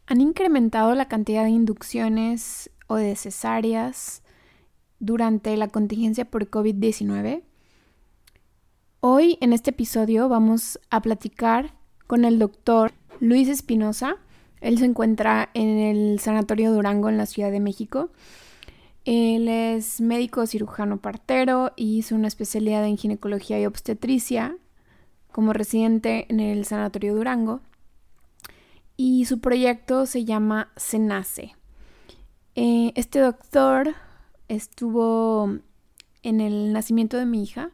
han incrementado la cantidad de inducciones o de cesáreas durante la contingencia por COVID-19. Hoy en este episodio vamos a platicar con el doctor Luis Espinosa. Él se encuentra en el Sanatorio Durango en la Ciudad de México. Él es médico cirujano partero y hizo una especialidad en ginecología y obstetricia como residente en el Sanatorio Durango. Y su proyecto se llama SENACE. Este doctor estuvo en el nacimiento de mi hija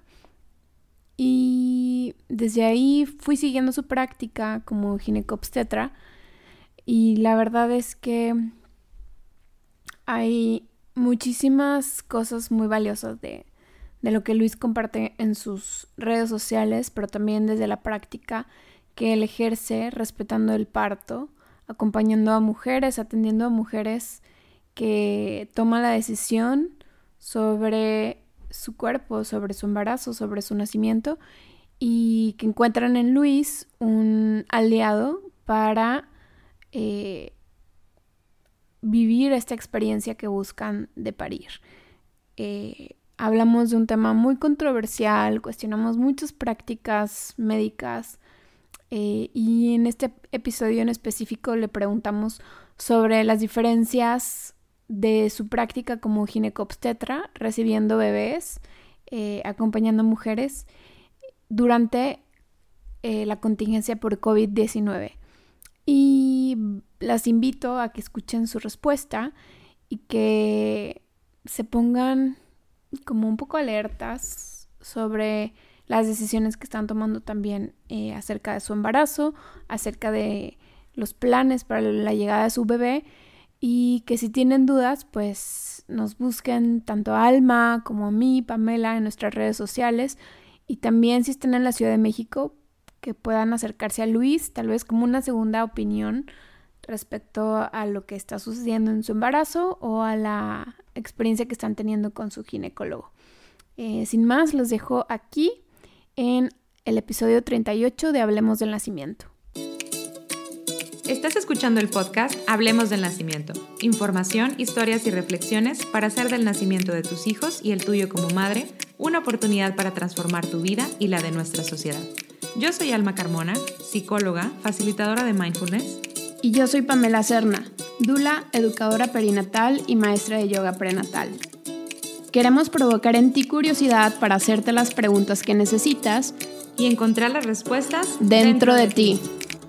y desde ahí fui siguiendo su práctica como ginecobstetra y la verdad es que hay muchísimas cosas muy valiosas de lo que Luis comparte en sus redes sociales, pero también desde la práctica que él ejerce respetando el parto, acompañando a mujeres, atendiendo a mujeres que toman la decisión sobre su cuerpo, sobre su embarazo, sobre su nacimiento y que encuentran en Luis un aliado para vivir esta experiencia que buscan de parir. Hablamos de un tema muy controversial, cuestionamos muchas prácticas médicas y en este episodio en específico le preguntamos sobre las diferencias de su práctica como ginecobstetra, recibiendo bebés, acompañando a mujeres durante la contingencia por COVID-19. Y las invito a que escuchen su respuesta y que se pongan como un poco alertas sobre las decisiones que están tomando también acerca de su embarazo, acerca de los planes para la llegada de su bebé y que si tienen dudas pues nos busquen tanto a Alma como a mí, Pamela, en nuestras redes sociales y también si están en la Ciudad de México que puedan acercarse a Luis tal vez como una segunda opinión respecto a lo que está sucediendo en su embarazo o a la experiencia que están teniendo con su ginecólogo. Sin más, los dejo aquí en el episodio 38 de Hablemos del Nacimiento. Estás escuchando el podcast Hablemos del Nacimiento. Información, historias y reflexiones para hacer del nacimiento de tus hijos y el tuyo como madre una oportunidad para transformar tu vida y la de nuestra sociedad. Yo soy Alma Carmona, psicóloga, facilitadora de mindfulness. Y yo soy Pamela Serna, dula, educadora perinatal y maestra de yoga prenatal. Queremos provocar en ti curiosidad para hacerte las preguntas que necesitas y encontrar las respuestas dentro de ti.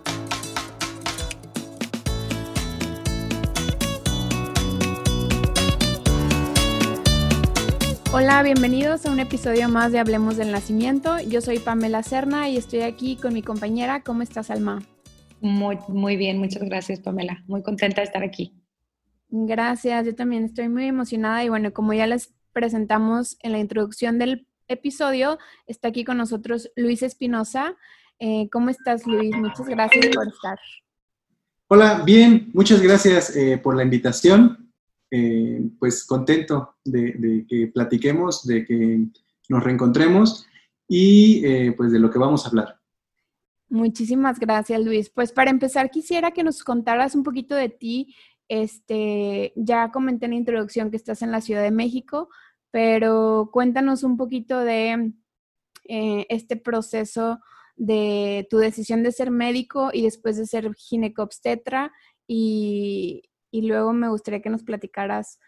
Hola, bienvenidos a un episodio más de Hablemos del Nacimiento. Yo soy Pamela Serna y estoy aquí con mi compañera. ¿Cómo estás, Alma? Muy bien, muchas gracias, Pamela. Muy contenta de estar aquí. Gracias, yo también estoy muy emocionada y bueno, como ya les presentamos en la introducción del episodio, está aquí con nosotros Luis Espinosa. ¿Cómo estás, Luis? Muchas gracias por estar. Hola, bien, muchas gracias por la invitación. Pues contento de que platiquemos, de que nos reencontremos y pues de lo que vamos a hablar. Muchísimas gracias, Luis. Pues para empezar quisiera que nos contaras un poquito de ti. Ya comenté en la introducción que estás en la Ciudad de México, pero cuéntanos un poquito de este proceso de tu decisión de ser médico y después de ser ginecobstetra y luego me gustaría que nos platicaras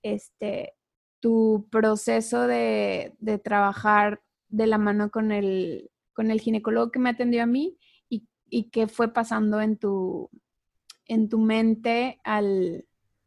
tu proceso de trabajar de la mano con el ginecólogo que me atendió a mí y qué fue pasando en tu mente al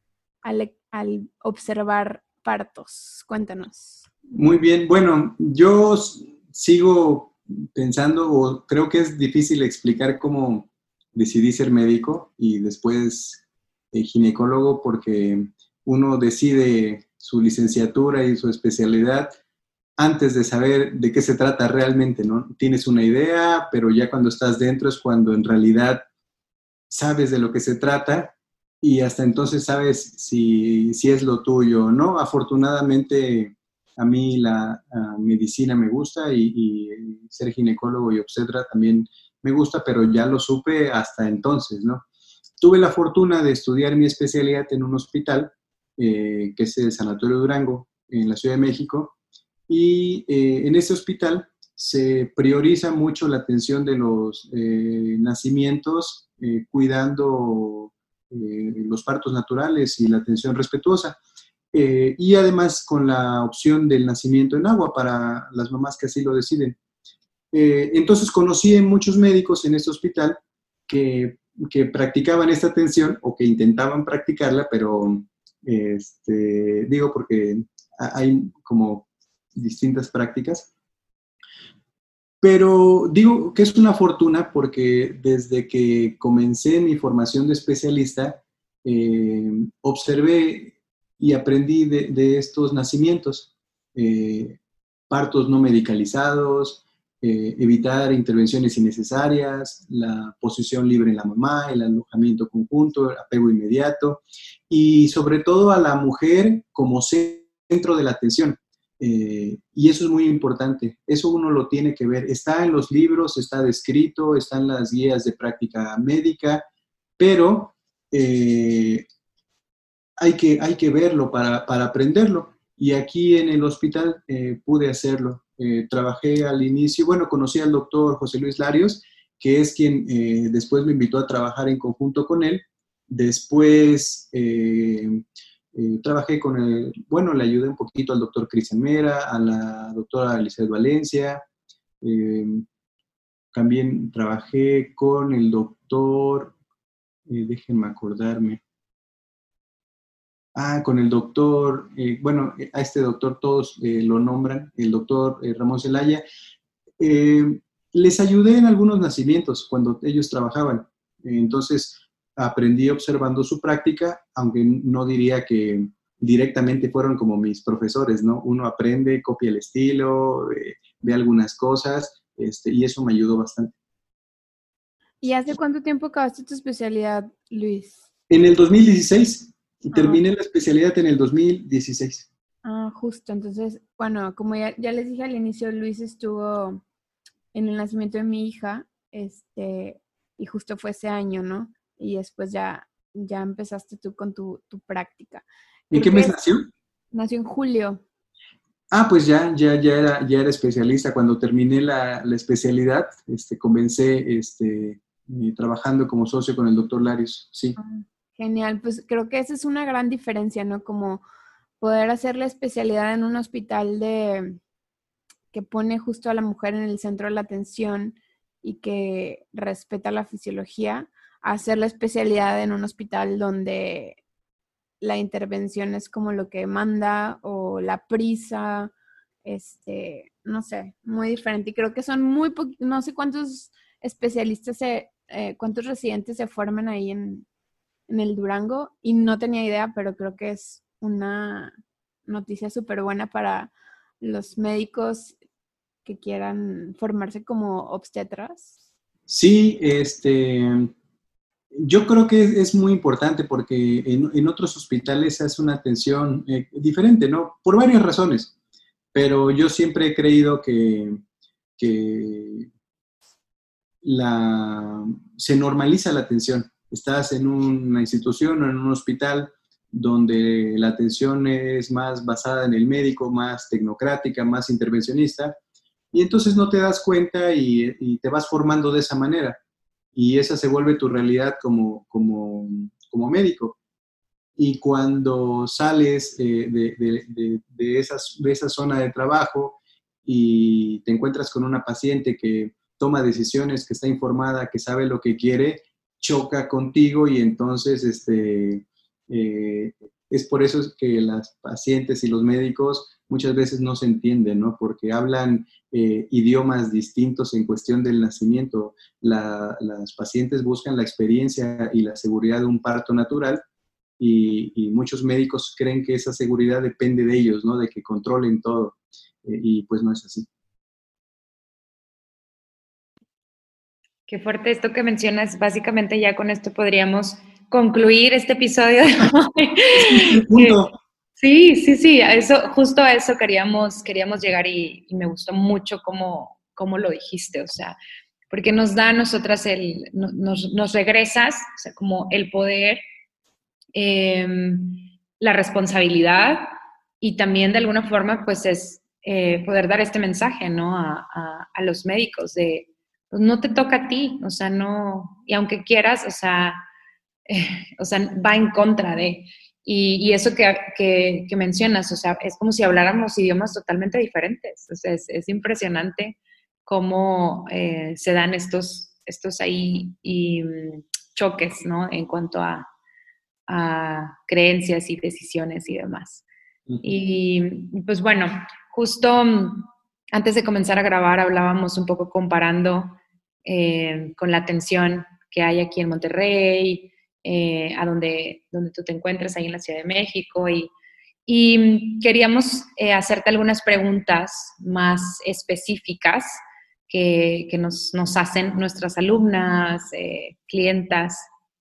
observar partos. Cuéntanos. Muy bien, bueno, yo sigo pensando o creo que es difícil explicar cómo decidí ser médico y después ginecólogo porque uno decide su licenciatura y su especialidad antes de saber de qué se trata realmente, ¿no? Tienes una idea, pero ya cuando estás dentro es cuando en realidad sabes de lo que se trata y hasta entonces sabes si es lo tuyo o no. Afortunadamente, a mí la medicina me gusta y ser ginecólogo y obstetra también me gusta, pero ya lo supe hasta entonces, ¿no? tuve la fortuna de estudiar mi especialidad en un hospital, que es el Sanatorio Durango, en la Ciudad de México, y en ese hospital se prioriza mucho la atención de los nacimientos, cuidando los partos naturales y la atención respetuosa. Y además con la opción del nacimiento en agua para las mamás que así lo deciden. Entonces conocí a muchos médicos en este hospital que practicaban esta atención o que intentaban practicarla, pero digo porque hay como distintas prácticas. Pero digo que es una fortuna porque desde que comencé mi formación de especialista, observé y aprendí de estos nacimientos, partos no medicalizados, evitar intervenciones innecesarias, la posición libre en la mamá, el alojamiento conjunto, el apego inmediato y sobre todo a la mujer como centro de la atención. Y eso es muy importante, eso uno lo tiene que ver, está en los libros, está descrito, está en las guías de práctica médica, pero hay que verlo para aprenderlo. Y aquí en el hospital pude hacerlo. Trabajé al inicio, bueno, conocí al doctor José Luis Larios, que es quien después me invitó a trabajar en conjunto con él. Después trabajé con él, bueno, le ayudé un poquito al doctor Cristian Mera, a la doctora Elizabeth Valencia. También trabajé con el doctor, déjenme acordarme, con el doctor, bueno, a este doctor todos lo nombran, el doctor Ramón Zelaya. Les ayudé en algunos nacimientos cuando ellos trabajaban. Entonces, aprendí observando su práctica, aunque no diría que directamente fueron como mis profesores, ¿no? Uno aprende, copia el estilo, ve algunas cosas, y eso me ayudó bastante. ¿Y hace cuánto tiempo acabaste tu especialidad, Luis? En el 2016. Terminé la especialidad en el 2016. Justo. Entonces, bueno, como ya les dije al inicio, Luis estuvo en el nacimiento de mi hija, y justo fue ese año, ¿no? Y después ya empezaste tú con tu práctica. ¿En qué mes nació? Nació en julio. Pues ya era especialista. Cuando terminé la especialidad, comencé trabajando como socio con el doctor Larios, sí. Genial, pues creo que esa es una gran diferencia, ¿no? Como poder hacer la especialidad en un hospital que pone justo a la mujer en el centro de la atención y que respeta la fisiología, a hacer la especialidad en un hospital donde la intervención es como lo que manda o la prisa, no sé, muy diferente. Y creo que son no sé cuántos especialistas, cuántos residentes se forman ahí en el Durango, y no tenía idea, pero creo que es una noticia súper buena para los médicos que quieran formarse como obstetras. Sí, yo creo que es muy importante porque en otros hospitales se hace una atención diferente, ¿no? Por varias razones, pero yo siempre he creído que se normaliza la atención. Estás en una institución o en un hospital donde la atención es más basada en el médico, más tecnocrática, más intervencionista, y entonces no te das cuenta y te vas formando de esa manera, y esa se vuelve tu realidad como médico. Y cuando sales de esa zona de trabajo y te encuentras con una paciente que toma decisiones, que está informada, que sabe lo que quiere, choca contigo, y entonces es por eso que las pacientes y los médicos muchas veces no se entienden, ¿no? Porque hablan idiomas distintos en cuestión del nacimiento. Las pacientes buscan la experiencia y la seguridad de un parto natural, y muchos médicos creen que esa seguridad depende de ellos, ¿no? De que controlen todo, y pues no es así. Qué fuerte esto que mencionas. Básicamente ya con esto podríamos concluir este episodio de hoy. Sí, justo a eso queríamos llegar, y me gustó mucho cómo lo dijiste. O sea, porque nos da a nosotras nos regresas, o sea, como el poder, la responsabilidad, y también de alguna forma pues es poder dar este mensaje, ¿no? A los médicos de, pues no te toca a ti, o sea, no, y aunque quieras, o sea, va en contra de, y eso que mencionas, o sea, es como si habláramos idiomas totalmente diferentes, o sea, es impresionante cómo se dan estos ahí choques, ¿no? En cuanto a creencias y decisiones y demás. Y pues bueno, justo antes de comenzar a grabar hablábamos un poco comparando con la atención que hay aquí en Monterrey, a donde tú te encuentras ahí en la Ciudad de México, y queríamos hacerte algunas preguntas más específicas que nos hacen nuestras alumnas, clientas.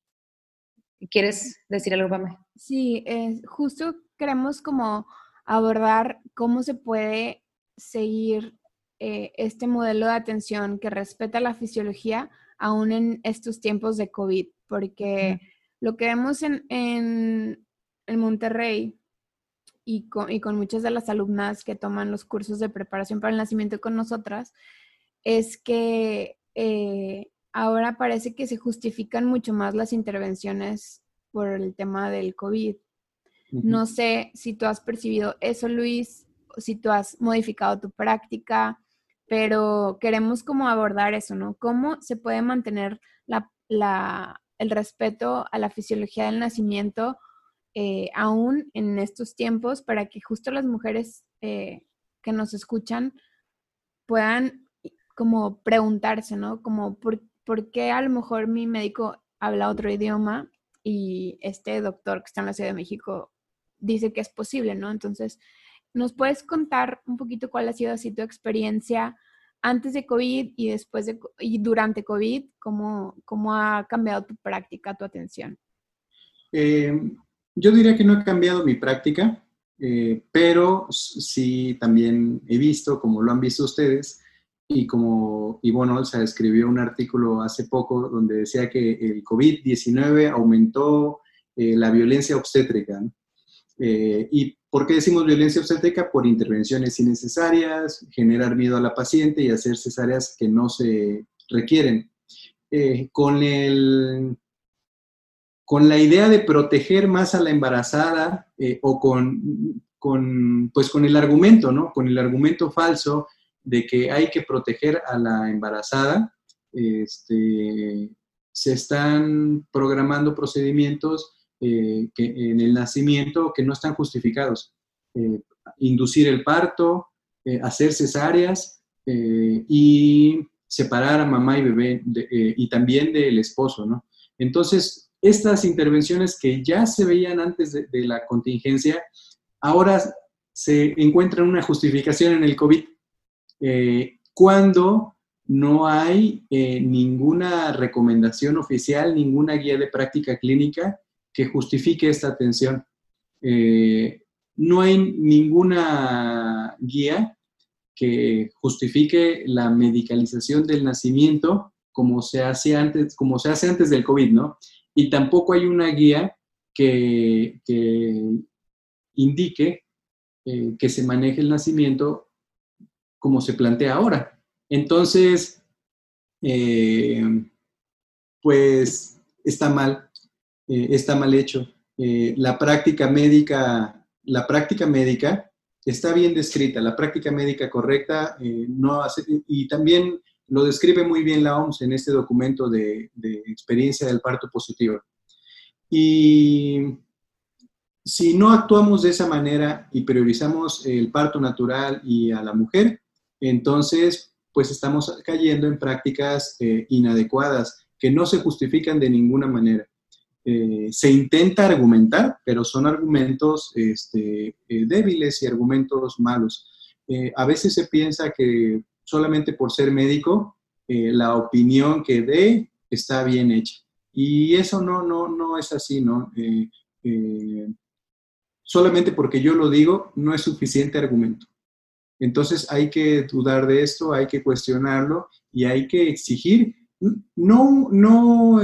¿Quieres decir algo, Pame? Sí, justo queremos como abordar cómo se puede seguir este modelo de atención que respeta la fisiología aún en estos tiempos de COVID, porque lo que vemos en Monterrey y con muchas de las alumnas que toman los cursos de preparación para el nacimiento con nosotras, es que ahora parece que se justifican mucho más las intervenciones por el tema del COVID. No sé si tú has percibido eso, Luis, o si tú has modificado tu práctica, pero queremos como abordar eso, ¿no? ¿Cómo se puede mantener el respeto a la fisiología del nacimiento aún en estos tiempos para que justo las mujeres que nos escuchan puedan como preguntarse, ¿no? Como ¿por qué a lo mejor mi médico habla otro idioma y este doctor que está en la Ciudad de México dice que es posible, ¿no? Entonces, ¿nos puedes contar un poquito cuál ha sido así tu experiencia antes de COVID y después y durante COVID? ¿Cómo ha cambiado tu práctica, tu atención? Yo diría que no he cambiado mi práctica, pero sí también he visto, como lo han visto ustedes, y como Ivonne Olza escribió un artículo hace poco donde decía que el COVID-19 aumentó la violencia obstétrica, ¿no? ¿Y por qué decimos violencia obstétrica? Por intervenciones innecesarias, generar miedo a la paciente y hacer cesáreas que no se requieren. Con la idea de proteger más a la embarazada o pues con el argumento, ¿no? Con el argumento falso de que hay que proteger a la embarazada, se están programando procedimientos que en el nacimiento que no están justificados. Inducir el parto, hacer cesáreas y separar a mamá y bebé y también del esposo, ¿no? Entonces, estas intervenciones que ya se veían antes de la contingencia, ahora se encuentran una justificación en el COVID, cuando no hay ninguna recomendación oficial, ninguna guía de práctica clínica que justifique esta atención. No hay ninguna guía que justifique la medicalización del nacimiento como se hace antes del COVID, ¿no? Y tampoco hay una guía que indique que se maneje el nacimiento como se plantea ahora. Entonces, pues está mal hecho. La práctica médica está bien descrita, la práctica médica correcta no hace, y también lo describe muy bien la OMS en este documento de experiencia del parto positivo. Y si no actuamos de esa manera y priorizamos el parto natural y a la mujer, entonces pues estamos cayendo en prácticas inadecuadas que no se justifican de ninguna manera. Se intenta argumentar, pero son argumentos débiles y argumentos malos. A veces se piensa que solamente por ser médico, la opinión que dé está bien hecha. Y eso no es así, ¿no? Solamente porque yo lo digo, no es suficiente argumento. Entonces hay que dudar de esto, hay que cuestionarlo y hay que exigir, no,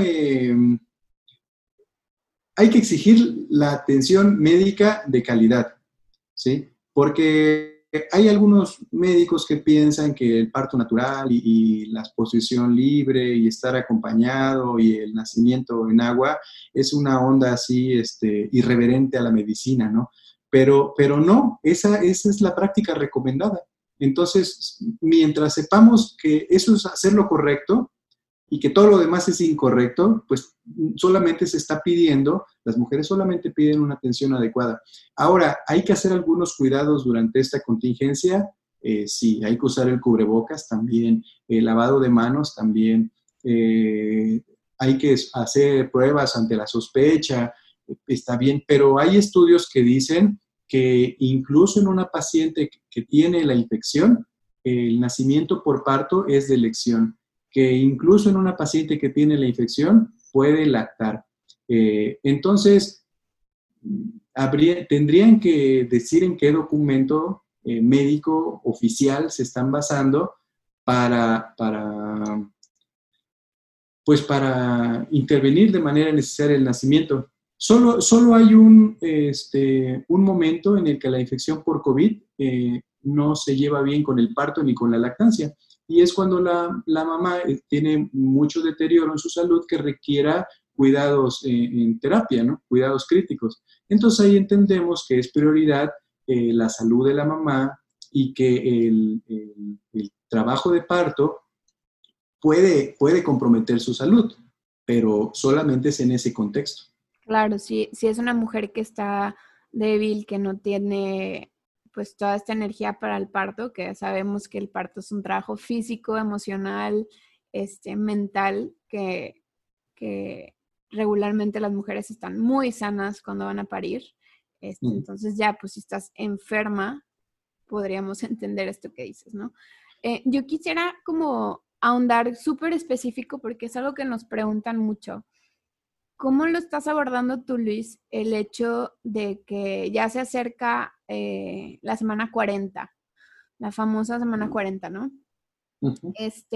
hay que exigir la atención médica de calidad, ¿sí? Porque hay algunos médicos que piensan que el parto natural y la exposición libre y estar acompañado y el nacimiento en agua es una onda así irreverente a la medicina, ¿no? Pero no, esa es la práctica recomendada. Entonces, mientras sepamos que eso es hacer lo correcto, y que todo lo demás es incorrecto, pues solamente se está pidiendo, las mujeres solamente piden una atención adecuada. Ahora, hay que hacer algunos cuidados durante esta contingencia, sí, hay que usar el cubrebocas también, el lavado de manos también, hay que hacer pruebas ante la sospecha, está bien, pero hay estudios que dicen que incluso en una paciente que tiene la infección, el nacimiento por parto es de elección, que incluso en una paciente que tiene la infección puede lactar. Entonces, tendrían que decir en qué documento médico oficial se están basando pues para intervenir de manera necesaria el nacimiento. Solo hay un momento en el que la infección por COVID no se lleva bien con el parto ni con la lactancia, y es cuando la mamá tiene mucho deterioro en su salud que requiera cuidados en terapia, ¿no? Cuidados críticos. Entonces ahí entendemos que es prioridad la salud de la mamá y que el trabajo de parto puede comprometer su salud, pero solamente es en ese contexto. Claro, si es una mujer que está débil, que no tiene pues toda esta energía para el parto, que sabemos que el parto es un trabajo físico, emocional, mental, que regularmente las mujeres están muy sanas cuando van a parir. Entonces ya, pues si estás enferma, podríamos entender esto que dices, ¿no? Yo quisiera como ahondar súper específico porque es algo que nos preguntan mucho. ¿Cómo lo estás abordando tú, Luis, el hecho de que ya se acerca la semana 40, la famosa semana 40, ¿no? Uh-huh.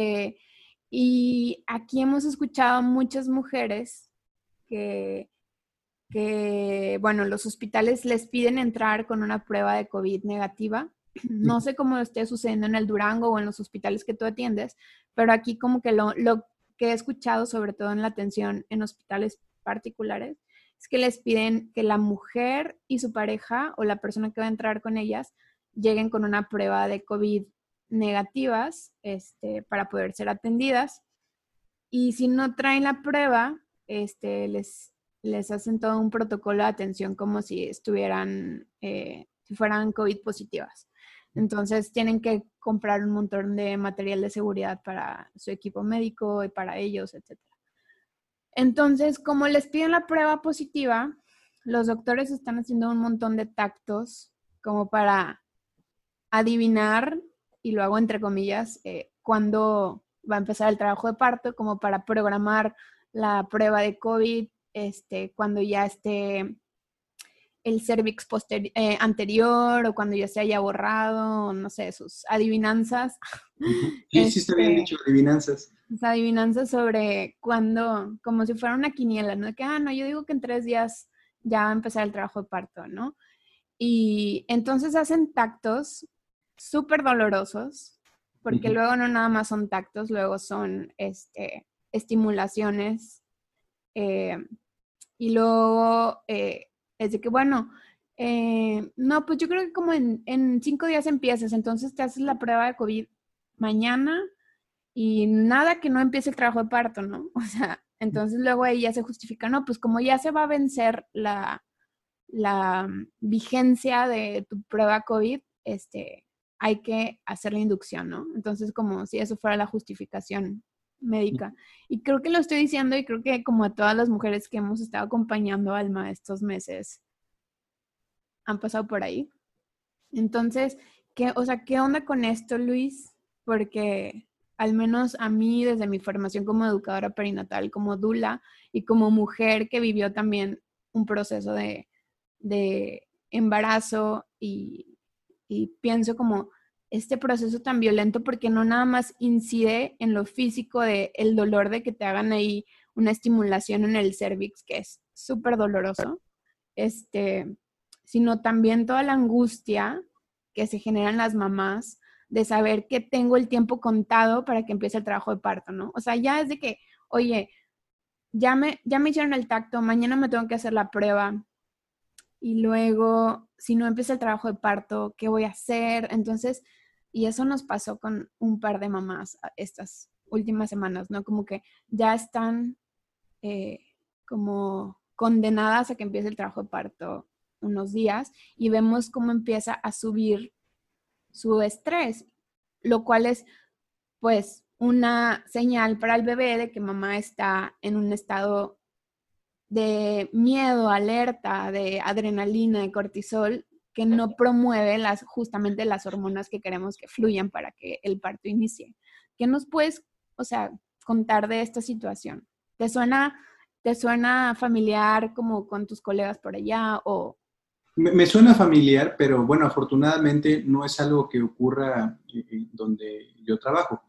Y aquí hemos escuchado muchas mujeres que, bueno, los hospitales les piden entrar con una prueba de COVID negativa. No sé cómo esté sucediendo en el Durango o en los hospitales que tú atiendes, pero aquí como que lo que he escuchado, sobre todo en la atención en hospitales particulares, es que les piden que la mujer y su pareja o la persona que va a entrar con ellas lleguen con una prueba de COVID negativas para poder ser atendidas. Y si no traen la prueba, les hacen todo un protocolo de atención como si estuvieran, si fueran COVID positivas. Entonces tienen que comprar un montón de material de seguridad para su equipo médico y para ellos, etc. Entonces, como les piden la prueba positiva, los doctores están haciendo un montón de tactos como para adivinar, y lo hago entre comillas, cuándo va a empezar el trabajo de parto, como para programar la prueba de COVID, cuando ya esté el cervix anterior o cuando ya se haya borrado, no sé, sus adivinanzas. Uh-huh. Sí, está bien dicho, adivinanzas. Adivinanzas sobre cuándo, como si fuera una quiniela, ¿no? Que, no, yo digo que en 3 días ya va a empezar el trabajo de parto, ¿no? Y entonces hacen tactos súper dolorosos, porque Uh-huh. luego no nada más son tactos, luego son estimulaciones. Y luego es de que, bueno, no, pues yo creo que como en 5 días empiezas, entonces te haces la prueba de COVID mañana y nada que no empiece el trabajo de parto, ¿no? O sea, entonces luego ahí ya se justifica, no, pues como ya se va a vencer la vigencia de tu prueba COVID, hay que hacer la inducción, ¿no? Entonces, como si eso fuera la justificación médica. Y creo que lo estoy diciendo y creo que como a todas las mujeres que hemos estado acompañando a Alma estos meses han pasado por ahí. Entonces, ¿qué onda con esto, Luis? Porque al menos a mí, desde mi formación como educadora perinatal, como dula y como mujer que vivió también un proceso de embarazo y pienso como este proceso tan violento porque no nada más incide en lo físico de el dolor de que te hagan ahí una estimulación en el cervix, que es súper doloroso, sino también toda la angustia que se generan las mamás de saber que tengo el tiempo contado para que empiece el trabajo de parto, ¿no? O sea, ya es de que, oye, ya me hicieron el tacto, mañana me tengo que hacer la prueba y luego, si no empieza el trabajo de parto, ¿qué voy a hacer? Entonces, y eso nos pasó con un par de mamás estas últimas semanas, ¿no? Como que ya están como condenadas a que empiece el trabajo de parto unos días y vemos cómo empieza a subir su estrés, lo cual es pues una señal para el bebé de que mamá está en un estado de miedo, alerta, de adrenalina, de cortisol, que no promueve justamente las hormonas que queremos que fluyan para que el parto inicie. ¿Qué nos puedes, o sea, contar de esta situación? ¿Te suena familiar como con tus colegas por allá o...? Me suena familiar, pero bueno, afortunadamente no es algo que ocurra donde yo trabajo.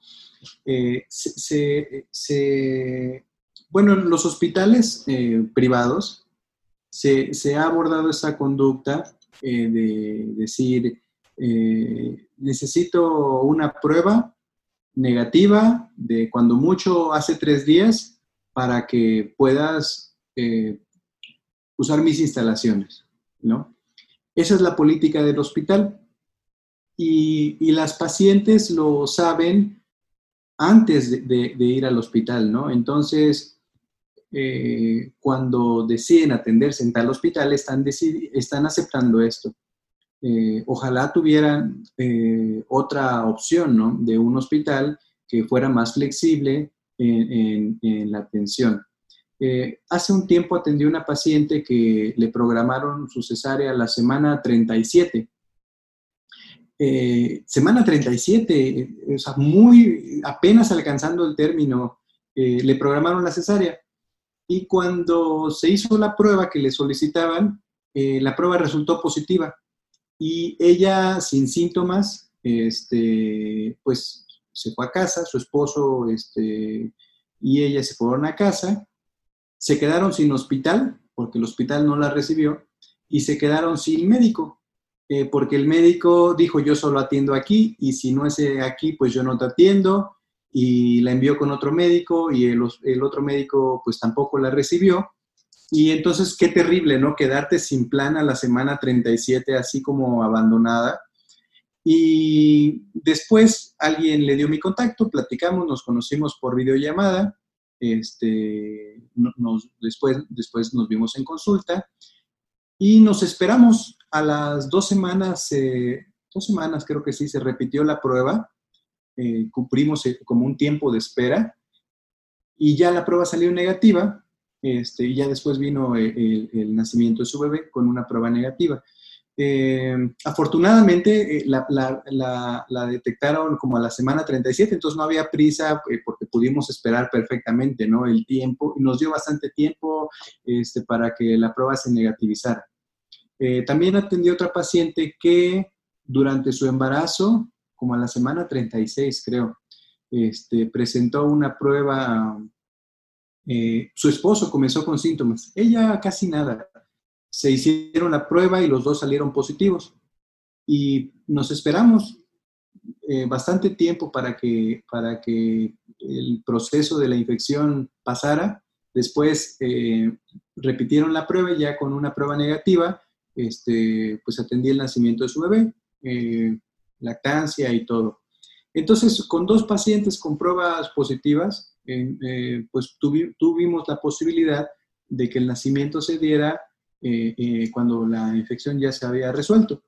Bueno, en los hospitales privados se ha abordado esa conducta de decir, necesito una prueba negativa de cuando mucho hace 3 días para que puedas usar mis instalaciones, ¿no? Esa es la política del hospital y las pacientes lo saben antes de ir al hospital, ¿no? Entonces, cuando deciden atenderse en tal hospital, están aceptando esto. Ojalá tuvieran otra opción, ¿no? De un hospital que fuera más flexible en la atención. Hace un tiempo atendí a una paciente que le programaron su cesárea a la semana 37. Semana 37, o sea, apenas alcanzando el término, le programaron la cesárea. Y cuando se hizo la prueba que le solicitaban, la prueba resultó positiva. Y ella, sin síntomas, pues se fue a casa, su esposo y ella se fueron a casa. Se quedaron sin hospital, porque el hospital no la recibió, y se quedaron sin médico, porque el médico dijo, yo solo atiendo aquí, y si no es aquí, pues yo no te atiendo, y la envió con otro médico, y el otro médico pues tampoco la recibió, y entonces qué terrible, ¿no? Quedarte sin plan a la semana 37, así como abandonada. Y después alguien le dio mi contacto, platicamos, nos conocimos por videollamada, después nos vimos en consulta y nos esperamos a las 2 semanas, 2 semanas creo que sí, se repitió la prueba, cumplimos como un tiempo de espera y ya la prueba salió negativa, y ya después vino el nacimiento de su bebé con una prueba negativa. Afortunadamente la detectaron como a la semana 37, entonces no había prisa porque pudimos esperar perfectamente, ¿no? El tiempo, nos dio bastante tiempo para que la prueba se negativizara. También atendí a otra paciente que durante su embarazo, como a la semana 36 creo, presentó una prueba, su esposo comenzó con síntomas, ella casi nada. Se hicieron la prueba y los dos salieron positivos. Y nos esperamos bastante tiempo para que el proceso de la infección pasara. Después repitieron la prueba y ya con una prueba negativa, pues atendí el nacimiento de su bebé, lactancia y todo. Entonces, con 2 pacientes con pruebas positivas, pues tuvimos la posibilidad de que el nacimiento se diera cuando la infección ya se había resuelto.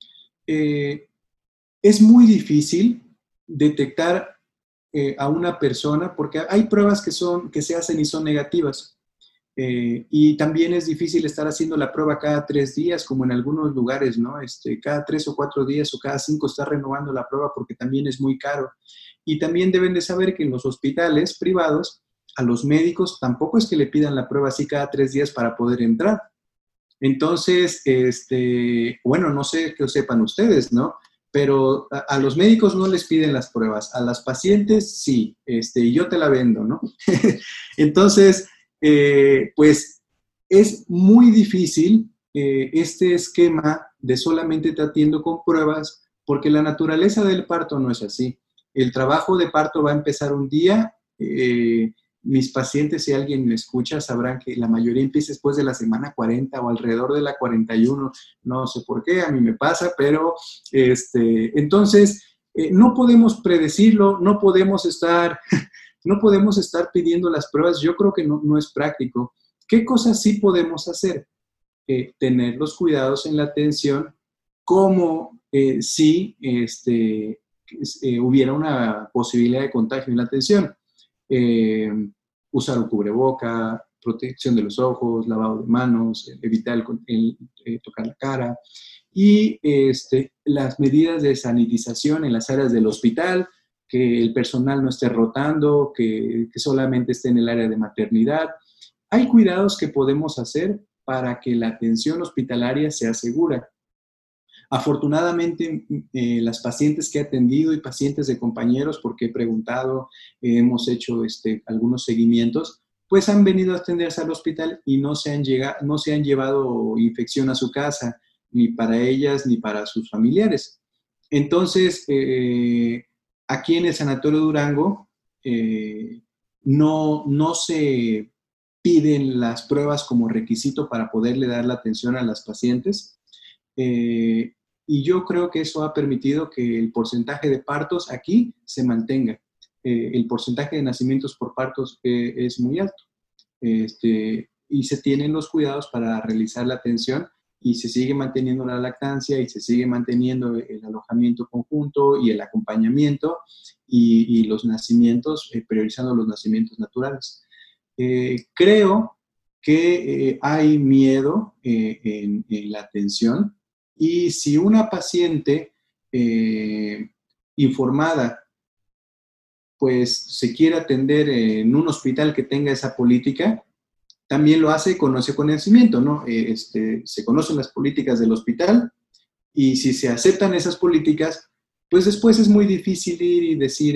Es muy difícil detectar a una persona porque hay pruebas que se hacen y son negativas. Y también es difícil estar haciendo la prueba cada 3 días, como en algunos lugares, ¿no? Cada 3 o 4 días o cada 5 está renovando la prueba porque también es muy caro. Y también deben de saber que en los hospitales privados, a los médicos tampoco es que le pidan la prueba así cada 3 días para poder entrar. Entonces, bueno, no sé qué sepan ustedes, ¿no? pero a los médicos no les piden las pruebas, a las pacientes sí, y yo te la vendo, ¿no? Entonces, pues es muy difícil este esquema de solamente te atiendo con pruebas, porque la naturaleza del parto no es así. El trabajo de parto va a empezar un día. Mis pacientes, si alguien me escucha, sabrán que la mayoría empieza después de la semana 40 o alrededor de la 41. No sé por qué, a mí me pasa, pero entonces no podemos predecirlo, no podemos estar pidiendo las pruebas. Yo creo que no es práctico. ¿Qué cosas sí podemos hacer? Tener los cuidados en la atención, como si hubiera una posibilidad de contagio en la atención. Usar un cubreboca, protección de los ojos, lavado de manos, evitar tocar la cara, y las medidas de sanitización en las áreas del hospital, que el personal no esté rotando, que solamente esté en el área de maternidad. Hay cuidados que podemos hacer para que la atención hospitalaria sea segura. Afortunadamente, las pacientes que he atendido y pacientes de compañeros, porque he preguntado, hemos hecho algunos seguimientos, pues han venido a atenderse al hospital y no se han llevado infección a su casa, ni para ellas ni para sus familiares. Entonces, aquí en el Sanatorio Durango no se piden las pruebas como requisito para poderle dar la atención a las pacientes. Y yo creo que eso ha permitido que el porcentaje de partos aquí se mantenga. El porcentaje de nacimientos por partos es muy alto. Y se tienen los cuidados para realizar la atención y se sigue manteniendo la lactancia y se sigue manteniendo el alojamiento conjunto y el acompañamiento y los nacimientos, priorizando los nacimientos naturales. Creo que hay miedo en la atención. Y si una paciente informada, pues se quiere atender en un hospital que tenga esa política, también lo hace con ese conocimiento, ¿no? Se conocen las políticas del hospital y si se aceptan esas políticas, pues después es muy difícil ir y decir,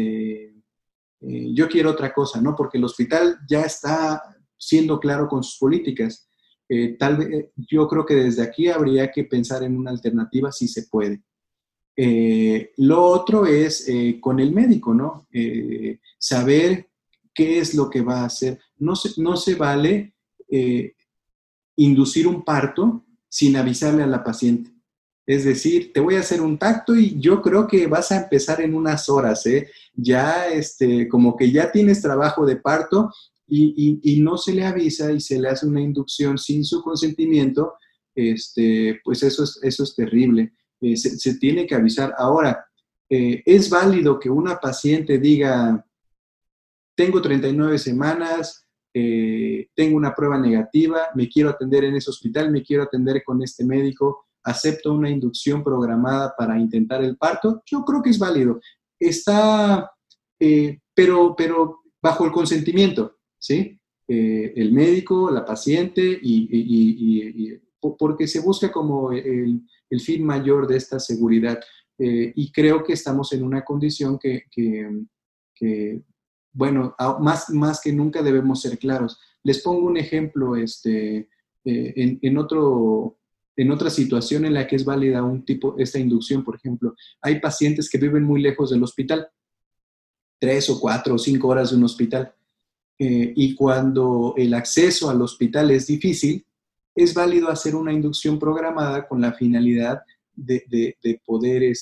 yo quiero otra cosa, ¿no? Porque el hospital ya está siendo claro con sus políticas. Tal vez, yo creo que desde aquí habría que pensar en una alternativa si se puede. Lo otro es con el médico, ¿no? Saber qué es lo que va a hacer. No se vale inducir un parto sin avisarle a la paciente. Es decir, te voy a hacer un tacto y yo creo que vas a empezar en unas horas, ¿eh? Ya, como que ya tienes trabajo de parto y no se le avisa y se le hace una inducción sin su consentimiento, pues eso es terrible. Se tiene que avisar. Ahora, es válido que una paciente diga, tengo 39 semanas, tengo una prueba negativa, me quiero atender en ese hospital, me quiero atender con este médico, acepto una inducción programada para intentar el parto. Yo creo que es válido. Está, pero bajo el consentimiento, ¿sí? El médico, la paciente, porque se busca como el fin mayor de esta seguridad. Y creo que estamos en una condición que bueno, más que nunca debemos ser claros. Les pongo un ejemplo en otra situación en la que es válida esta inducción, por ejemplo. Hay pacientes que viven muy lejos del hospital, 3 o 4 o 5 horas de un hospital. Y cuando el acceso al hospital es difícil, es válido hacer una inducción programada con la finalidad de poder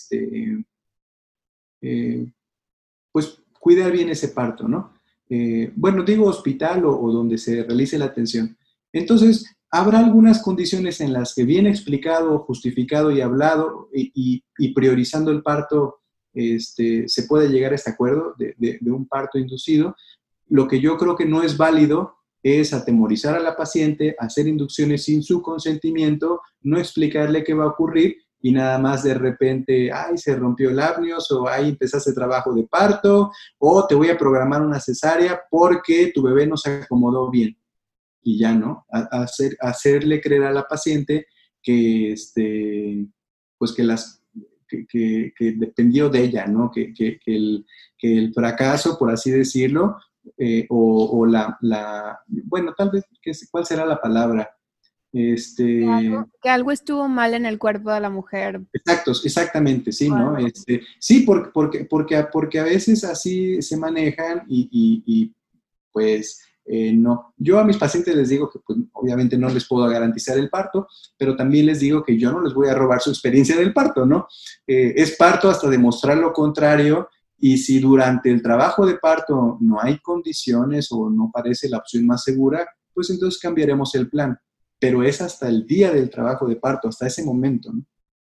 pues cuidar bien ese parto, ¿no? Bueno, digo hospital o donde se realice la atención. Entonces, habrá algunas condiciones en las que bien explicado, justificado y hablado y priorizando el parto, se puede llegar a este acuerdo de un parto inducido. Lo que yo creo que no es válido es atemorizar a la paciente, hacer inducciones sin su consentimiento, no explicarle qué va a ocurrir y nada más de repente, ay, se rompió el amnios, o ay, empezaste trabajo de parto, o te voy a programar una cesárea porque tu bebé no se acomodó bien. Y ya, ¿no? Hacerle creer a la paciente que, pues que que dependió de ella, ¿no? Que el fracaso, por así decirlo, o bueno, tal vez, ¿cuál será la palabra? Que algo estuvo mal en el cuerpo de la mujer. Exactamente, sí, ¿no? Wow. Sí, porque a veces así se manejan y pues no. Yo a mis pacientes les digo que pues, obviamente no les puedo garantizar el parto, pero también les digo que yo no les voy a robar su experiencia del parto, ¿no? Es parto hasta demostrar lo contrario, y si durante el trabajo de parto no hay condiciones o no parece la opción más segura, pues entonces cambiaremos el plan. Pero es hasta el día del trabajo de parto, hasta ese momento, ¿no?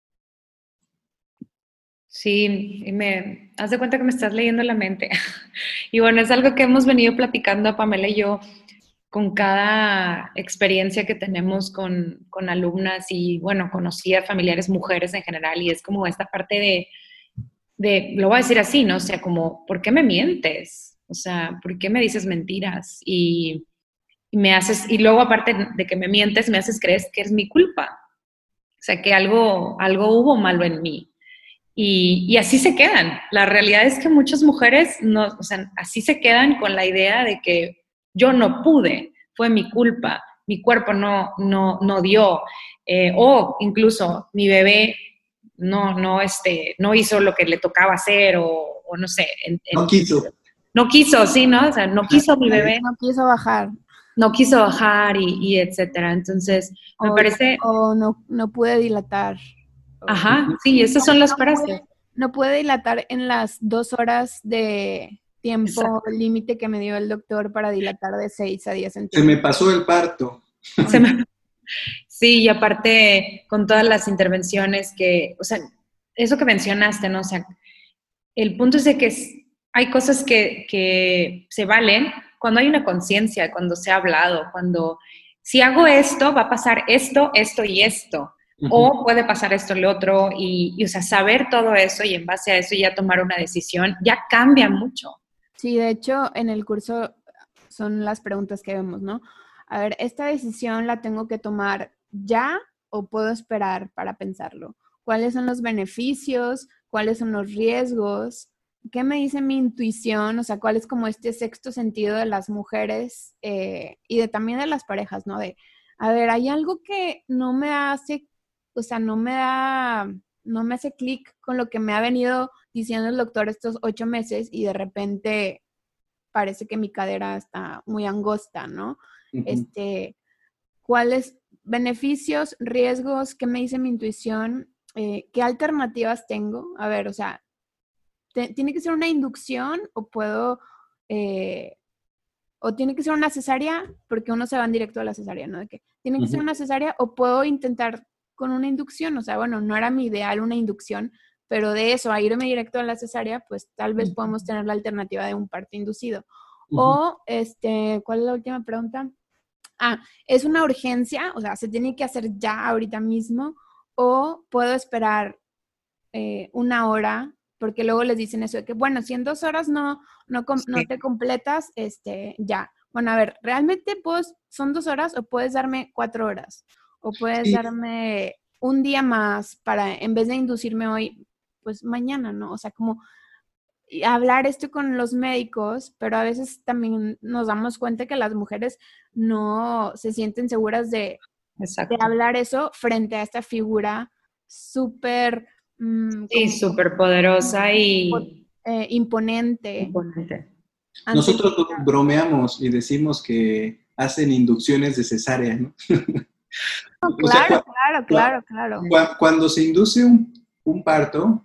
Sí, y haz de cuenta que me estás leyendo la mente. Y bueno, es algo que hemos venido platicando Pamela y yo con cada experiencia que tenemos con alumnas y, bueno, conocí a familiares mujeres en general, y es como esta parte lo voy a decir así, ¿no? O sea, como, ¿por qué me mientes? O sea, ¿por qué me dices mentiras? Y me haces, y luego aparte de que me mientes, me haces creer que es mi culpa. O sea, que algo hubo malo en mí. Y así se quedan. La realidad es que muchas mujeres no, o sea, así se quedan con la idea de que yo no pude, fue mi culpa, mi cuerpo no dio, o incluso mi bebé no hizo lo que le tocaba hacer, o no sé. No quiso. No quiso, sí, ¿no? O sea, no quiso mi bebé. No quiso bajar. No quiso bajar y etcétera. Entonces, me parece... O no pude dilatar. Ajá, sí, esas son las frases. No pude dilatar en las 2 horas de tiempo límite que me dio el doctor para dilatar de 6 a 10 centímetros. Se me pasó el parto. Sí, y aparte con todas las intervenciones o sea, eso que mencionaste, ¿no? O sea, el punto es de que hay cosas que se valen cuando hay una conciencia, cuando se ha hablado, cuando si hago esto, va a pasar esto, esto y esto. O puede pasar esto y lo otro, y, o sea, saber todo eso y en base a eso ya tomar una decisión, ya cambia mucho. Sí, de hecho, en el curso son las preguntas que vemos, ¿no? A ver, ¿esta decisión la tengo que tomar ya o puedo esperar para pensarlo? ¿Cuáles son los beneficios? ¿Cuáles son los riesgos? ¿Qué me dice mi intuición? O sea, ¿cuál es como este sexto sentido de las mujeres y también de las parejas, ¿no? De, a ver, hay algo que no me hace, o sea, no me hace clic con lo que me ha venido diciendo el doctor estos 8 meses y de repente parece que mi cadera está muy angosta, ¿no? ¿Cuáles beneficios, riesgos? ¿Qué me dice mi intuición? ¿Qué alternativas tengo? A ver, o sea, ¿tiene que ser una inducción o puedo, o tiene que ser una cesárea? Porque uno se va en directo a la cesárea, ¿no? De que tiene que ser una cesárea o puedo intentar con una inducción. O sea, bueno, no era mi ideal una inducción, pero de eso a irme directo a la cesárea, pues tal vez podemos tener la alternativa de un parto inducido. O, ¿cuál es la última pregunta? ¿Es una urgencia? O sea, ¿se tiene que hacer ya, ahorita mismo? ¿O puedo esperar 1 hora? Porque luego les dicen eso de que, bueno, si en 2 horas no te completas, ya. Bueno, a ver, ¿realmente son 2 horas o puedes darme 4 horas? O puedes darme un día más para, en vez de inducirme hoy, pues mañana, ¿no? O sea, como hablar esto con los médicos, pero a veces también nos damos cuenta que las mujeres no se sienten seguras de hablar eso frente a esta figura súper... súper poderosa y... imponente. Nosotros bromeamos y decimos que hacen inducciones de cesárea, ¿no? Claro. Cuando se induce un parto,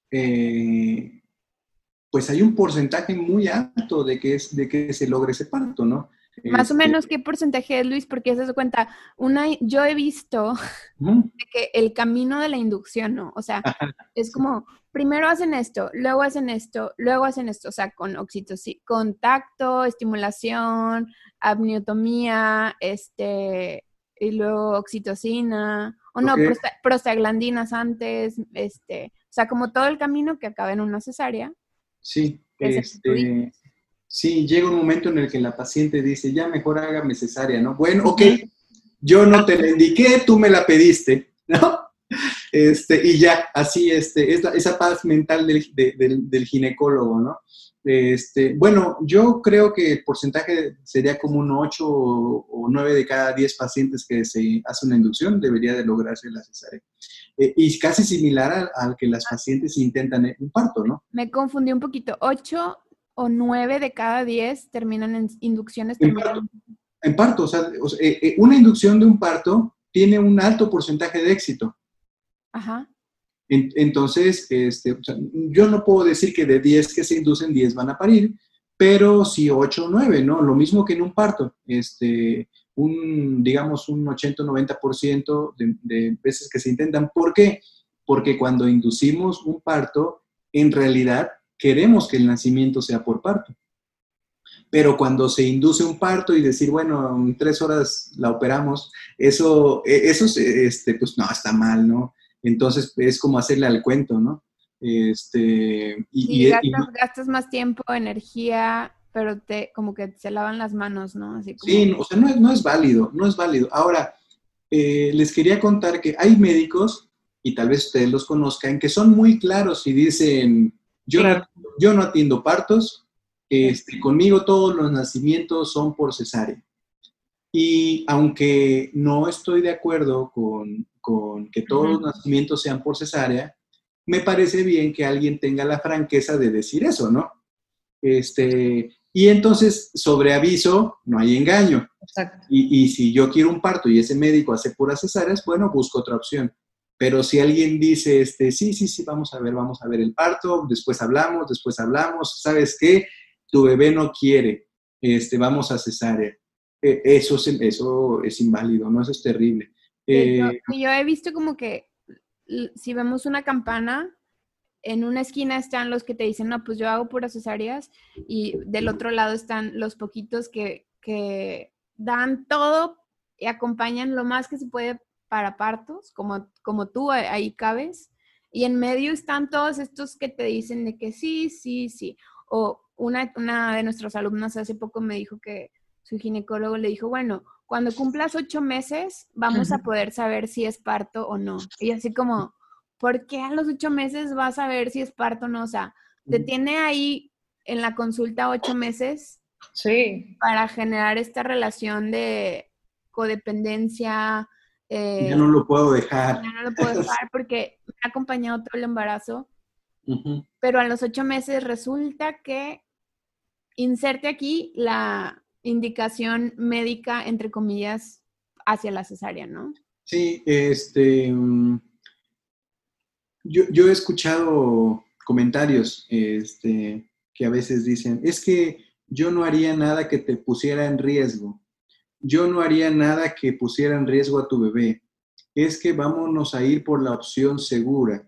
pues hay un porcentaje muy alto de que se logre ese parto, ¿no? Más o menos, ¿qué porcentaje es, Luis? Porque se da cuenta, yo he visto que el camino de la inducción, ¿no? O sea, es como, primero hacen esto, luego hacen esto, luego hacen esto, o sea, con contacto, estimulación, amniotomía, y luego oxitocina, o no, prostaglandinas antes, o sea, como todo el camino que acaba en una cesárea. Sí, sí, llega un momento en el que la paciente dice, ya mejor hágame cesárea, ¿no? Bueno, ok, yo no te la indiqué, tú me la pediste, ¿no? Y ya, así, esa paz mental del ginecólogo, ¿no? Bueno, yo creo que el porcentaje sería como un 8 o 9 de cada 10 pacientes que se hace una inducción debería de lograrse la cesárea. Y casi similar al que las pacientes intentan un parto, ¿no? Me confundí un poquito. 8 o 9 de cada 10 terminan en inducciones. En parto, o sea, una inducción de un parto tiene un alto porcentaje de éxito. Ajá. Entonces, o sea, yo no puedo decir que de 10 que se inducen, 10 van a parir, pero sí 8 o 9, ¿no? Lo mismo que en un parto. Digamos, un 80 o 90% de veces que se intentan. ¿Por qué? Porque cuando inducimos un parto, en realidad queremos que el nacimiento sea por parto. Pero cuando se induce un parto y decir, bueno, en 3 horas la operamos, eso pues no, está mal, ¿no? Entonces es como hacerle al cuento, ¿no? Gastas más tiempo, energía, pero como que se lavan las manos, ¿no? Así como... Sí, o sea, no es válido, no es válido. Ahora, les quería contar que hay médicos, y tal vez ustedes los conozcan, que son muy claros y dicen, yo no atiendo partos, conmigo todos los nacimientos son por cesárea. Y aunque no estoy de acuerdo con que todos los nacimientos sean por cesárea, me parece bien que alguien tenga la franqueza de decir eso, ¿no? Y entonces, sobre aviso, no hay engaño. Exacto. Y si yo quiero un parto y ese médico hace puras cesáreas, bueno, busco otra opción. Pero si alguien dice, sí, vamos a ver el parto, después hablamos, ¿sabes qué? Tu bebé no quiere, vamos a cesárea. Eso es inválido, ¿no? Eso es terrible. Yo he visto como que si vemos una campana, en una esquina están los que te dicen, no, pues yo hago puras cesáreas, y del otro lado están los poquitos que dan todo y acompañan lo más que se puede para partos, como tú, ahí cabes, y en medio están todos estos que te dicen de que sí, o una de nuestras alumnas hace poco me dijo que su ginecólogo le dijo, bueno, cuando cumplas 8 meses vamos a poder saber si es parto o no, y así como... ¿Por qué a los 8 meses vas a ver si es parto o no? O sea, te tiene ahí en la consulta 8 meses para generar esta relación de codependencia. Ya no lo puedo dejar. Ya no lo puedo dejar porque me ha acompañado todo el embarazo. Pero a los 8 meses resulta que inserte aquí la indicación médica, entre comillas, hacia la cesárea, ¿no? Sí, Yo he escuchado comentarios que a veces dicen, es que yo no haría nada que te pusiera en riesgo. Yo no haría nada que pusiera en riesgo a tu bebé. Es que vámonos a ir por la opción segura.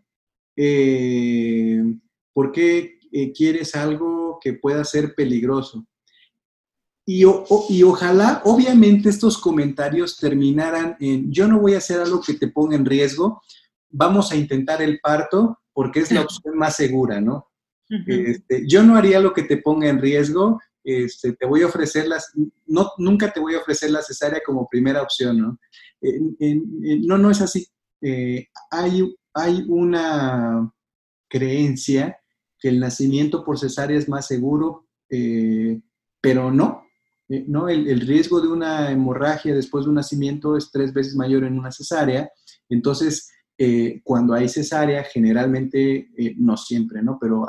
¿Por qué quieres algo que pueda ser peligroso? Y ojalá, obviamente, estos comentarios terminaran en, yo no voy a hacer algo que te ponga en riesgo, vamos a intentar el parto porque es la opción más segura, ¿no? Yo no haría lo que te ponga en riesgo, te voy a ofrecer nunca te voy a ofrecer la cesárea como primera opción, ¿no? No es así. Hay una creencia que el nacimiento por cesárea es más seguro, pero no. ¿No? El riesgo de una hemorragia después de un nacimiento es 3 veces mayor en una cesárea. Entonces, cuando hay cesárea, generalmente, no siempre, ¿no? Pero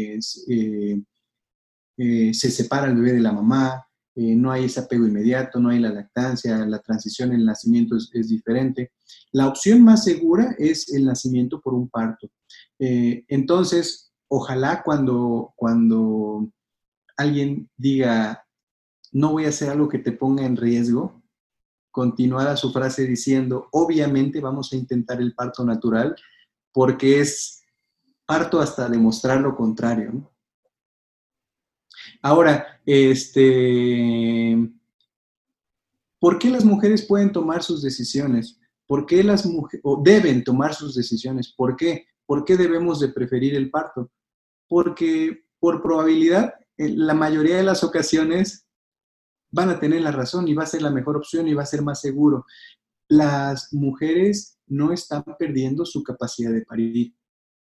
se separa el bebé de la mamá, no hay ese apego inmediato, no hay la lactancia, la transición en el nacimiento es diferente. La opción más segura es el nacimiento por un parto. Entonces, ojalá cuando alguien diga, no voy a hacer algo que te ponga en riesgo, continuara su frase diciendo, obviamente vamos a intentar el parto natural, porque es parto hasta demostrar lo contrario, ¿no? Ahora, ¿por qué las mujeres pueden tomar sus decisiones? ¿Por qué las mujeres deben tomar sus decisiones? ¿Por qué? ¿Por qué debemos de preferir el parto? Porque por probabilidad, en la mayoría de las ocasiones van a tener la razón y va a ser la mejor opción y va a ser más seguro. las mujeres no están perdiendo su capacidad de parir.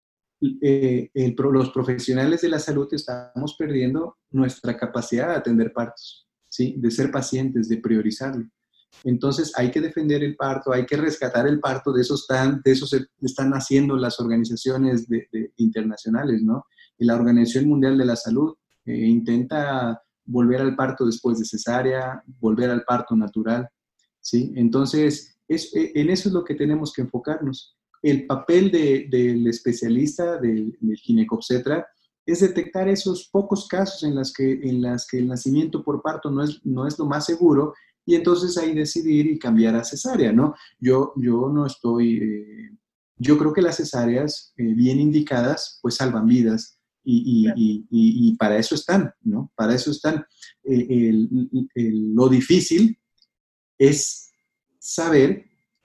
Los profesionales de la salud estamos perdiendo nuestra capacidad de atender partos, ¿sí? De ser pacientes, de priorizarlo. Entonces hay que defender el parto, hay que rescatar el parto, de eso están haciendo las organizaciones internacionales, ¿no? Y la Organización Mundial de la Salud intenta volver al parto después de cesárea, volver al parto natural, ¿sí? Entonces, en eso es lo que tenemos que enfocarnos. El papel del especialista, del ginecobstetra, es detectar esos pocos casos en las que el nacimiento por parto no es lo más seguro, y entonces ahí decidir y cambiar a cesárea, ¿no? Yo creo que las cesáreas bien indicadas, pues salvan vidas, y para eso están, ¿no? Para eso están. Lo difícil es saber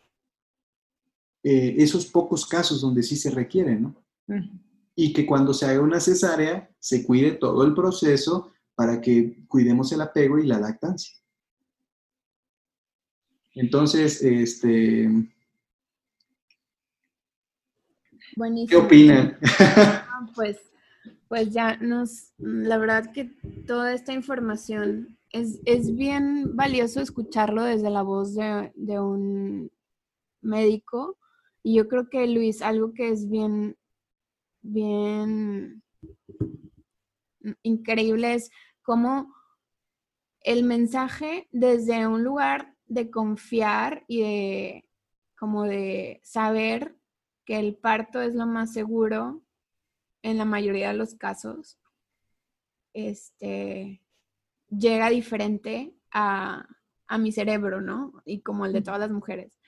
esos pocos casos donde sí se requiere, ¿no? Uh-huh. Y que cuando se haga una cesárea se cuide todo el proceso para que cuidemos el apego y la lactancia. Entonces, buenísimo. ¿Qué opinan? Pues ya la verdad que toda esta información es bien valioso escucharlo desde la voz de un médico. Y yo creo que, Luis, algo que es bien increíble es cómo el mensaje desde un lugar de confiar y de saber que el parto es lo más seguro en la mayoría de los casos, llega diferente a mi cerebro, ¿no? Y como el de todas las mujeres.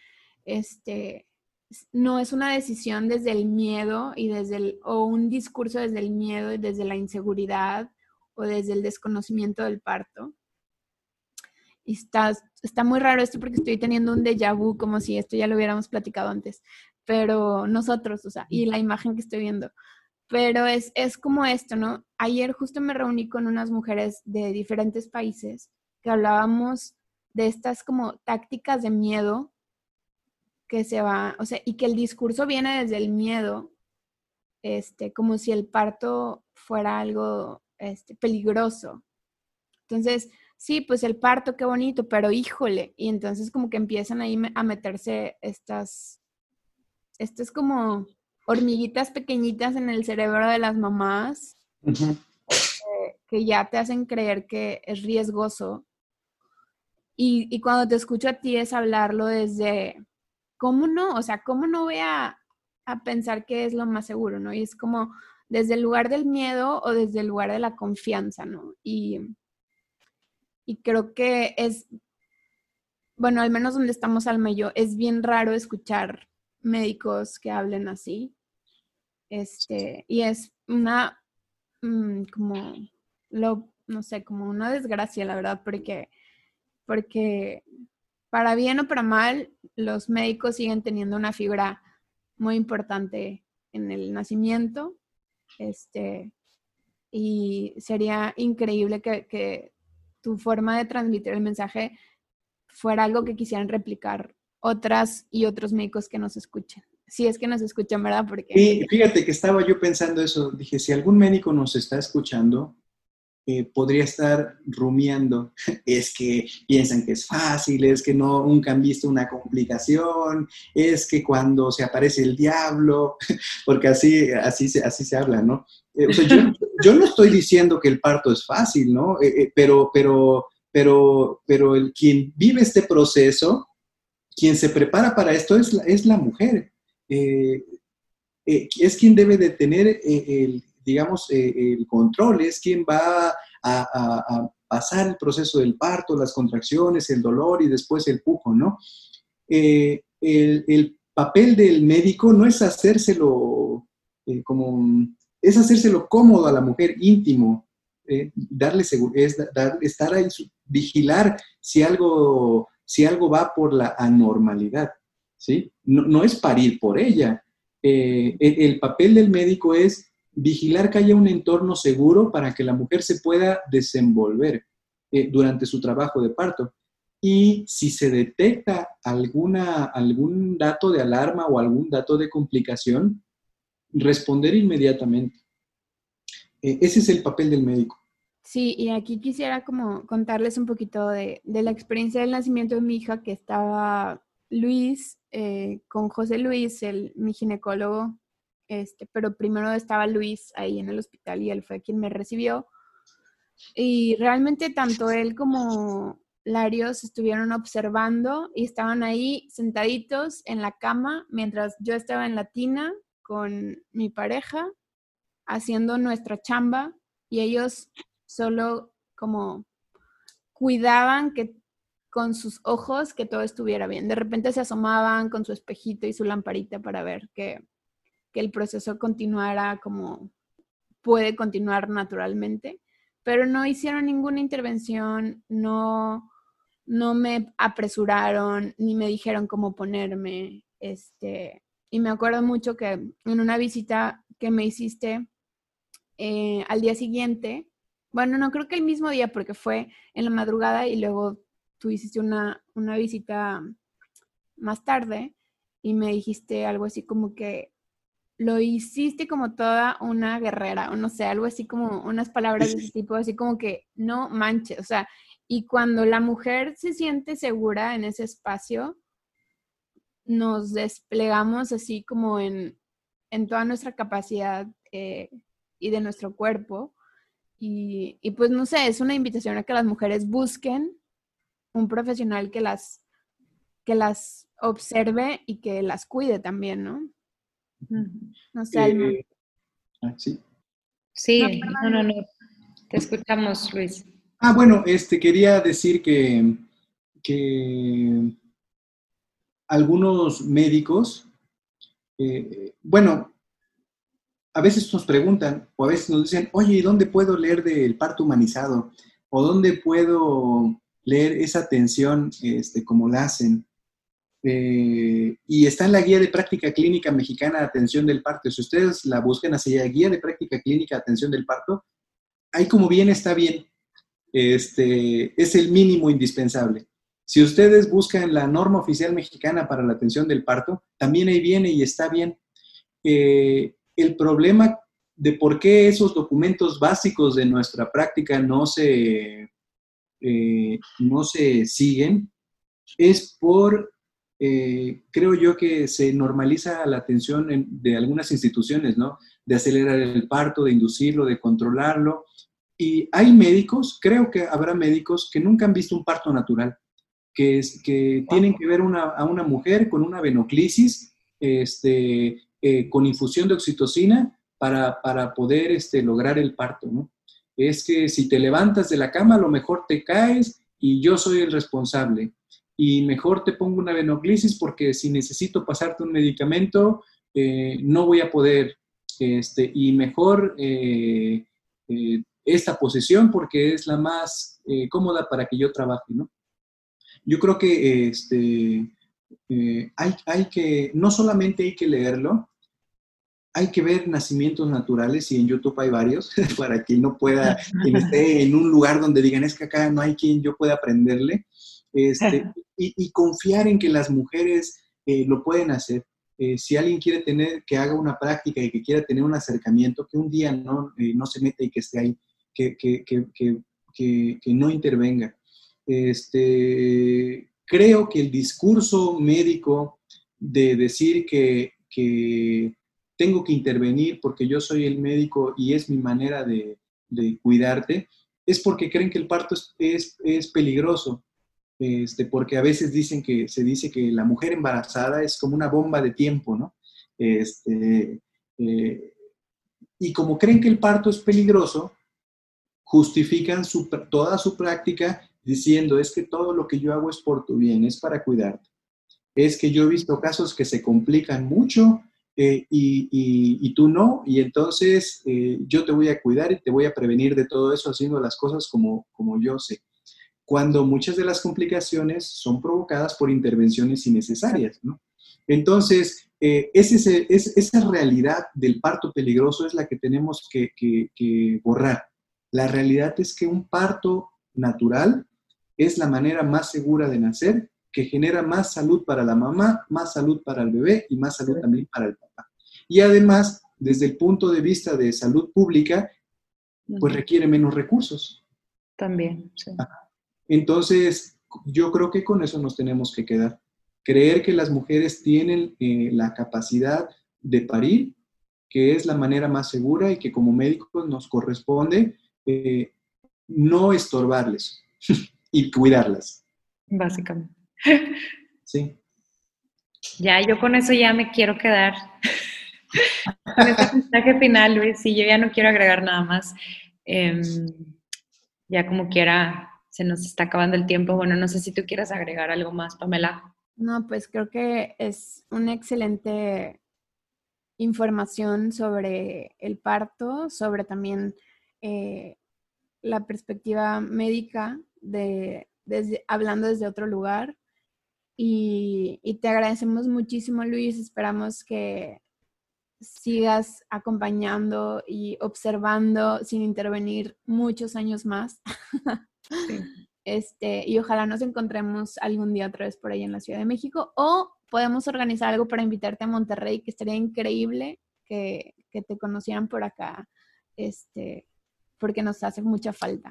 No es una decisión desde el miedo o un discurso desde el miedo y desde la inseguridad o desde el desconocimiento del parto. Y está muy raro esto porque estoy teniendo un déjà vu, como si esto ya lo hubiéramos platicado antes, pero nosotros, o sea, y la imagen que estoy viendo. Pero es como esto, ¿no? Ayer justo me reuní con unas mujeres de diferentes países que hablábamos de estas como tácticas de miedo que se va, o sea, y que el discurso viene desde el miedo, como si el parto fuera algo peligroso. Entonces, sí, pues el parto, qué bonito, pero híjole, y entonces como que empiezan ahí a meterse estas como hormiguitas pequeñitas en el cerebro de las mamás, uh-huh, que ya te hacen creer que es riesgoso. Y cuando te escucho a ti es hablarlo desde, ¿cómo no? O sea, ¿cómo no voy a pensar que es lo más seguro, ¿no? Y es como desde el lugar del miedo o desde el lugar de la confianza, ¿no? Y creo que bueno, al menos donde estamos Alma y yo, es bien raro escuchar médicos que hablen así. Y es una, no sé, como una desgracia, la verdad, porque para bien o para mal, los médicos siguen teniendo una figura muy importante en el nacimiento, y sería increíble que tu forma de transmitir el mensaje fuera algo que quisieran replicar otras y otros médicos que nos escuchen. Si es que nos escuchan, ¿verdad? Porque... Sí, fíjate que estaba yo pensando eso. Dije, si algún médico nos está escuchando, podría estar rumiando. Es que piensan que es fácil, es que nunca han visto una complicación, es que cuando se aparece el diablo, porque así se habla, ¿no? O sea, yo no estoy diciendo que el parto es fácil, ¿no? Pero quien vive este proceso, quien se prepara para esto es la mujer. Es quien debe de tener el control, es quien va a pasar el proceso del parto, las contracciones, el dolor y después el pujo, ¿no? El papel del médico no es hacérselo es hacérselo cómodo a la mujer, íntimo, darle seguridad, estar ahí, vigilar si algo va por la anormalidad, ¿sí? No es parir por ella. El papel del médico es vigilar que haya un entorno seguro para que la mujer se pueda desenvolver durante su trabajo de parto. y si se detecta algún dato de alarma o algún dato de complicación, responder inmediatamente. Ese es el papel del médico. Sí, y aquí quisiera como contarles un poquito de la experiencia del nacimiento de mi hija, que estaba Luis con José Luis, mi ginecólogo, pero primero estaba Luis ahí en el hospital y él fue quien me recibió. Y realmente tanto él como Larios estuvieron observando y estaban ahí sentaditos en la cama mientras yo estaba en la tina con mi pareja haciendo nuestra chamba y ellos solo como cuidaban que con sus ojos que todo estuviera bien. De repente se asomaban con su espejito y su lamparita para ver que el proceso continuara como puede continuar naturalmente, pero no hicieron ninguna intervención, no me apresuraron, ni me dijeron cómo ponerme, y me acuerdo mucho que en una visita que me hiciste al día siguiente, bueno, no creo que el mismo día porque fue en la madrugada y luego tú hiciste una visita más tarde y me dijiste algo así como que lo hiciste como toda una guerrera, o no sé, algo así como unas palabras de ese tipo, así como que no manches, o sea, y cuando la mujer se siente segura en ese espacio, nos desplegamos así como en toda nuestra capacidad y de nuestro cuerpo. Y pues no sé, es una invitación a que las mujeres busquen un profesional que las observe y que las cuide también, ¿no? No sé, Alma. Sí. Sí, no. Te escuchamos, Luis. Bueno, quería decir que algunos médicos, bueno, a veces nos preguntan o a veces nos dicen, oye, ¿y dónde puedo leer del parto humanizado? ¿O dónde puedo leer esa atención como la hacen? Y está en la Guía de Práctica Clínica Mexicana de Atención del Parto. Si ustedes la buscan así, Guía de Práctica Clínica de Atención del Parto, ahí como bien está bien. Es el mínimo indispensable. Si ustedes buscan la norma oficial mexicana para la atención del parto, también ahí viene y está bien. El problema de por qué esos documentos básicos de nuestra práctica no se siguen es creo yo que se normaliza la atención de algunas instituciones, ¿no? De acelerar el parto, de inducirlo, de controlarlo. Y hay médicos, creo que habrá médicos que nunca han visto un parto natural, que tienen que ver a una mujer con una venoclisis, con infusión de oxitocina para poder lograr el parto, ¿no? Es que si te levantas de la cama, a lo mejor te caes y yo soy el responsable. Y mejor te pongo una venoclisis porque si necesito pasarte un medicamento, no voy a poder. Y mejor esta posición porque es la más cómoda para que yo trabaje, ¿no? Yo creo que hay que, no solamente hay que leerlo, hay que ver nacimientos naturales y en YouTube hay varios para quien no pueda, quien esté en un lugar donde digan es que acá no hay quien yo pueda aprenderle, y confiar en que las mujeres lo pueden hacer. Si alguien quiere que haga una práctica y que quiera tener un acercamiento, que un día no se meta y que esté ahí, que no intervenga. Creo que el discurso médico de decir que tengo que intervenir porque yo soy el médico y es mi manera de cuidarte, es porque creen que el parto es peligroso. Porque a veces se dice que la mujer embarazada es como una bomba de tiempo, ¿no? Y como creen que el parto es peligroso, justifican toda su práctica diciendo es que todo lo que yo hago es por tu bien, es para cuidarte. Es que yo he visto casos que se complican mucho y tú no, y entonces yo te voy a cuidar y te voy a prevenir de todo eso haciendo las cosas como yo sé. Cuando muchas de las complicaciones son provocadas por intervenciones innecesarias, ¿no? Entonces, esa realidad del parto peligroso es la que tenemos que borrar. La realidad es que un parto natural es la manera más segura de nacer, que genera más salud para la mamá, más salud para el bebé y más salud también para el papá. Y además, desde el punto de vista de salud pública, pues requiere menos recursos. También, sí. Entonces, yo creo que con eso nos tenemos que quedar. Creer que las mujeres tienen la capacidad de parir, que es la manera más segura y que como médicos nos corresponde no estorbarles y cuidarlas. Básicamente. Sí. Ya, yo con eso ya me quiero quedar. Con este mensaje final, Luis, sí, yo ya no quiero agregar nada más. Ya como quiera, se nos está acabando el tiempo. Bueno, no sé si tú quieras agregar algo más, Pamela. No, pues creo que es una excelente información sobre el parto, sobre también la perspectiva médica, hablando desde otro lugar. Y te agradecemos muchísimo, Luis. Esperamos que sigas acompañando y observando sin intervenir muchos años más. Sí. Y ojalá nos encontremos algún día otra vez por ahí en la Ciudad de México, o podemos organizar algo para invitarte a Monterrey, que estaría increíble que te conocieran por acá, porque nos hace mucha falta.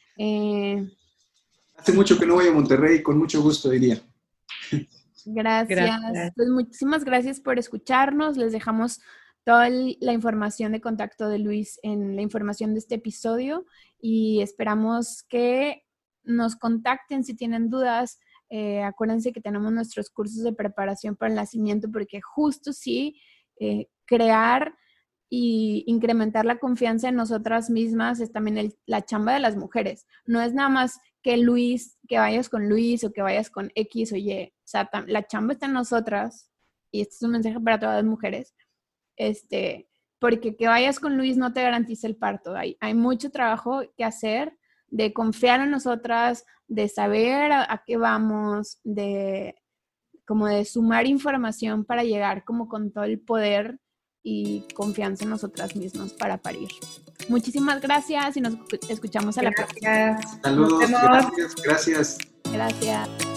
Hace mucho que no voy a Monterrey, con mucho gusto iría. Gracias. Pues muchísimas gracias por escucharnos. Les dejamos toda la información de contacto de Luis en la información de este episodio y esperamos que nos contacten si tienen dudas. Acuérdense que tenemos nuestros cursos de preparación para el nacimiento, porque justo sí, crear y incrementar la confianza en nosotras mismas es también la chamba de las mujeres. No es nada más que vayas con Luis o que vayas con X o Y. O sea, la chamba está en nosotras, y este es un mensaje para todas las mujeres, porque que vayas con Luis no te garantiza el parto. Hay mucho trabajo que hacer, de confiar en nosotras, de saber a qué vamos, como de sumar información para llegar como con todo el poder y confianza en nosotras mismas para parir. Muchísimas gracias y nos escuchamos a la próxima. Saludos, gracias. Gracias.